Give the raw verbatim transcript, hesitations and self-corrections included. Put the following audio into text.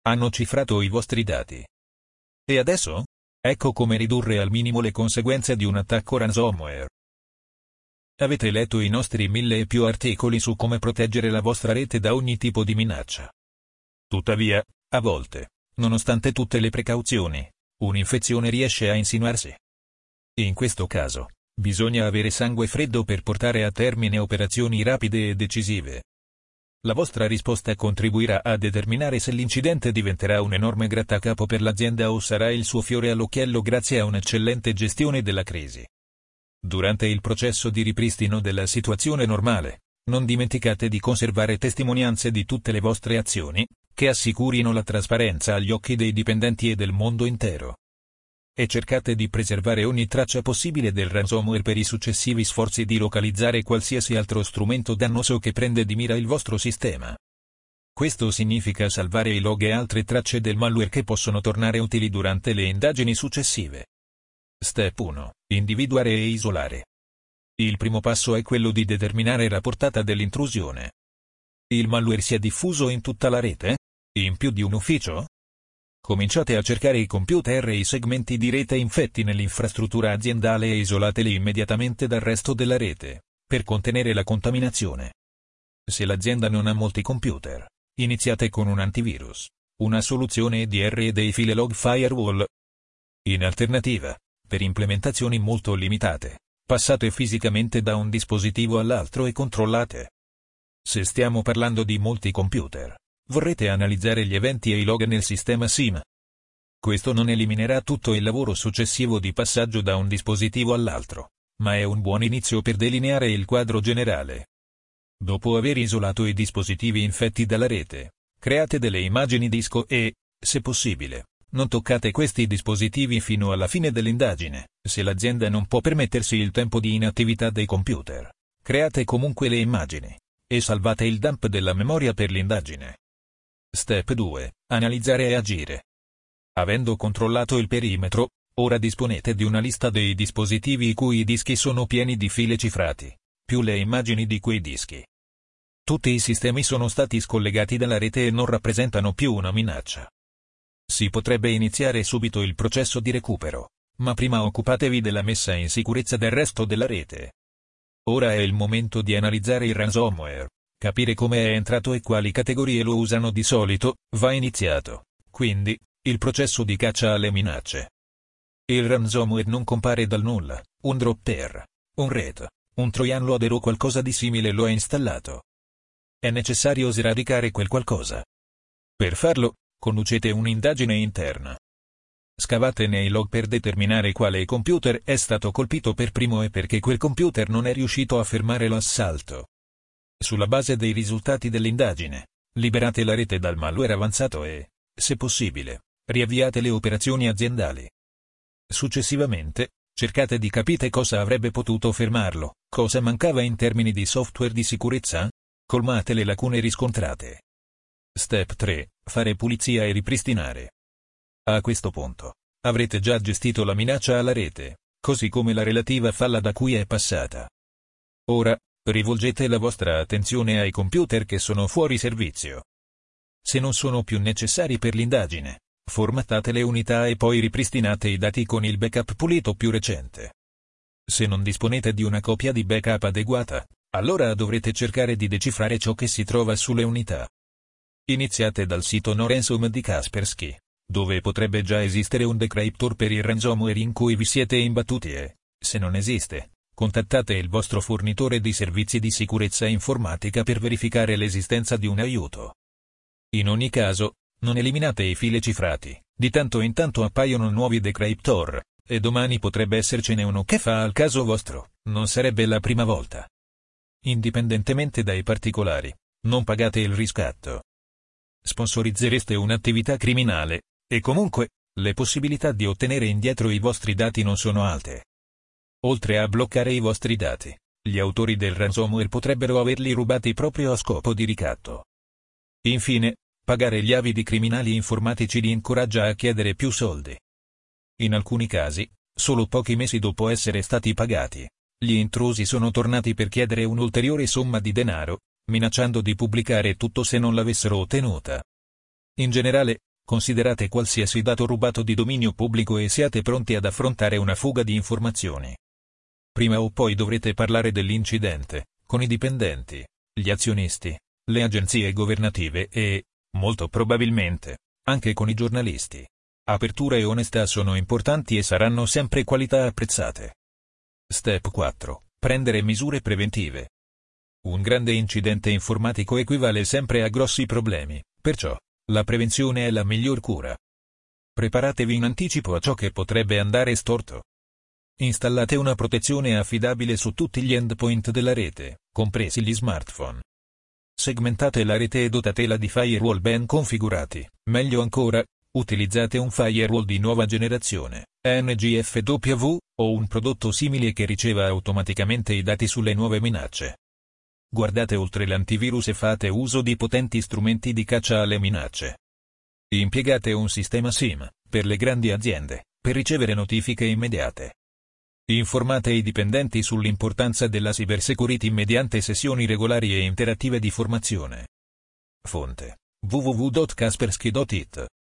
Hanno cifrato i vostri dati. E adesso? Ecco come ridurre al minimo le conseguenze di un attacco ransomware. Avete letto i nostri mille e più articoli su come proteggere la vostra rete da ogni tipo di minaccia. Tuttavia, a volte, nonostante tutte le precauzioni, un'infezione riesce a insinuarsi. In questo caso, bisogna avere sangue freddo per portare a termine operazioni rapide e decisive. La vostra risposta contribuirà a determinare se l'incidente diventerà un enorme grattacapo per l'azienda o sarà il suo fiore all'occhiello grazie a un'eccellente gestione della crisi. Durante il processo di ripristino della situazione normale, non dimenticate di conservare testimonianze di tutte le vostre azioni, che assicurino la trasparenza agli occhi dei dipendenti e del mondo intero. E cercate di preservare ogni traccia possibile del ransomware per i successivi sforzi di localizzare qualsiasi altro strumento dannoso che prende di mira il vostro sistema. Questo significa salvare i log e altre tracce del malware che possono tornare utili durante le indagini successive. Step uno. Individuare e isolare. Il primo passo è quello di determinare la portata dell'intrusione. Il malware si è diffuso in tutta la rete? In più di un ufficio? Cominciate a cercare i computer e i segmenti di rete infetti nell'infrastruttura aziendale e isolateli immediatamente dal resto della rete, per contenere la contaminazione. Se l'azienda non ha molti computer, iniziate con un antivirus, una soluzione E D R e dei file log firewall. In alternativa, per implementazioni molto limitate, passate fisicamente da un dispositivo all'altro e controllate. Se stiamo parlando di molti computer, vorrete analizzare gli eventi e i log nel sistema S I M. Questo non eliminerà tutto il lavoro successivo di passaggio da un dispositivo all'altro, ma è un buon inizio per delineare il quadro generale. Dopo aver isolato i dispositivi infetti dalla rete, create delle immagini disco e, se possibile, non toccate questi dispositivi fino alla fine dell'indagine. Se l'azienda non può permettersi il tempo di inattività dei computer, create comunque le immagini e salvate il dump della memoria per l'indagine. Step due. Analizzare e agire. Avendo controllato il perimetro, ora disponete di una lista dei dispositivi i cui dischi sono pieni di file cifrati, più le immagini di quei dischi. Tutti i sistemi sono stati scollegati dalla rete e non rappresentano più una minaccia. Si potrebbe iniziare subito il processo di recupero, ma prima occupatevi della messa in sicurezza del resto della rete. Ora è il momento di analizzare il ransomware, capire come è entrato e quali categorie lo usano di solito. Va iniziato, quindi, il processo di caccia alle minacce. Il ransomware non compare dal nulla, un dropper, un ret, un trojan loader o qualcosa di simile lo ha installato. È necessario sradicare quel qualcosa. Per farlo, conducete un'indagine interna. Scavate nei log per determinare quale computer è stato colpito per primo e perché quel computer non è riuscito a fermare l'assalto. Sulla base dei risultati dell'indagine, liberate la rete dal malware avanzato e, se possibile, riavviate le operazioni aziendali. Successivamente, cercate di capire cosa avrebbe potuto fermarlo, cosa mancava in termini di software di sicurezza, colmate le lacune riscontrate. Step tre. Fare pulizia e ripristinare. A questo punto, avrete già gestito la minaccia alla rete, così come la relativa falla da cui è passata. Ora, rivolgete la vostra attenzione ai computer che sono fuori servizio. Se non sono più necessari per l'indagine, formattate le unità e poi ripristinate i dati con il backup pulito più recente. Se non disponete di una copia di backup adeguata, allora dovrete cercare di decifrare ciò che si trova sulle unità. Iniziate dal sito No Ransom di Kaspersky, dove potrebbe già esistere un decryptor per il ransomware in cui vi siete imbattuti e, se non esiste, contattate il vostro fornitore di servizi di sicurezza informatica per verificare l'esistenza di un aiuto. In ogni caso, non eliminate i file cifrati, di tanto in tanto appaiono nuovi decryptor, e domani potrebbe essercene uno che fa al caso vostro, non sarebbe la prima volta. Indipendentemente dai particolari, non pagate il riscatto. Sponsorizzereste un'attività criminale, e comunque, le possibilità di ottenere indietro i vostri dati non sono alte. Oltre a bloccare i vostri dati, gli autori del ransomware potrebbero averli rubati proprio a scopo di ricatto. Infine, pagare gli avidi criminali informatici li incoraggia a chiedere più soldi. In alcuni casi, solo pochi mesi dopo essere stati pagati, gli intrusi sono tornati per chiedere un'ulteriore somma di denaro, minacciando di pubblicare tutto se non l'avessero ottenuta. In generale, Considerate qualsiasi dato rubato di dominio pubblico e siate pronti ad affrontare una fuga di informazioni. Prima o poi dovrete parlare dell'incidente, con i dipendenti, gli azionisti, le agenzie governative e, molto probabilmente, anche con i giornalisti. Apertura e onestà sono importanti e saranno sempre qualità apprezzate. Step quattro. Prendere misure preventive. Un grande incidente informatico equivale sempre a grossi problemi, perciò, la prevenzione è la miglior cura. Preparatevi in anticipo a ciò che potrebbe andare storto. Installate una protezione affidabile su tutti gli endpoint della rete, compresi gli smartphone. Segmentate la rete e dotatela di firewall ben configurati, meglio ancora, utilizzate un firewall di nuova generazione, N G F W, o un prodotto simile che riceva automaticamente i dati sulle nuove minacce. Guardate oltre l'antivirus e fate uso di potenti strumenti di caccia alle minacce. Impiegate un sistema SIEM, per le grandi aziende, per ricevere notifiche immediate. Informate i dipendenti sull'importanza della cybersecurity mediante sessioni regolari e interattive di formazione. Fonte: w w w punto kaspersky punto it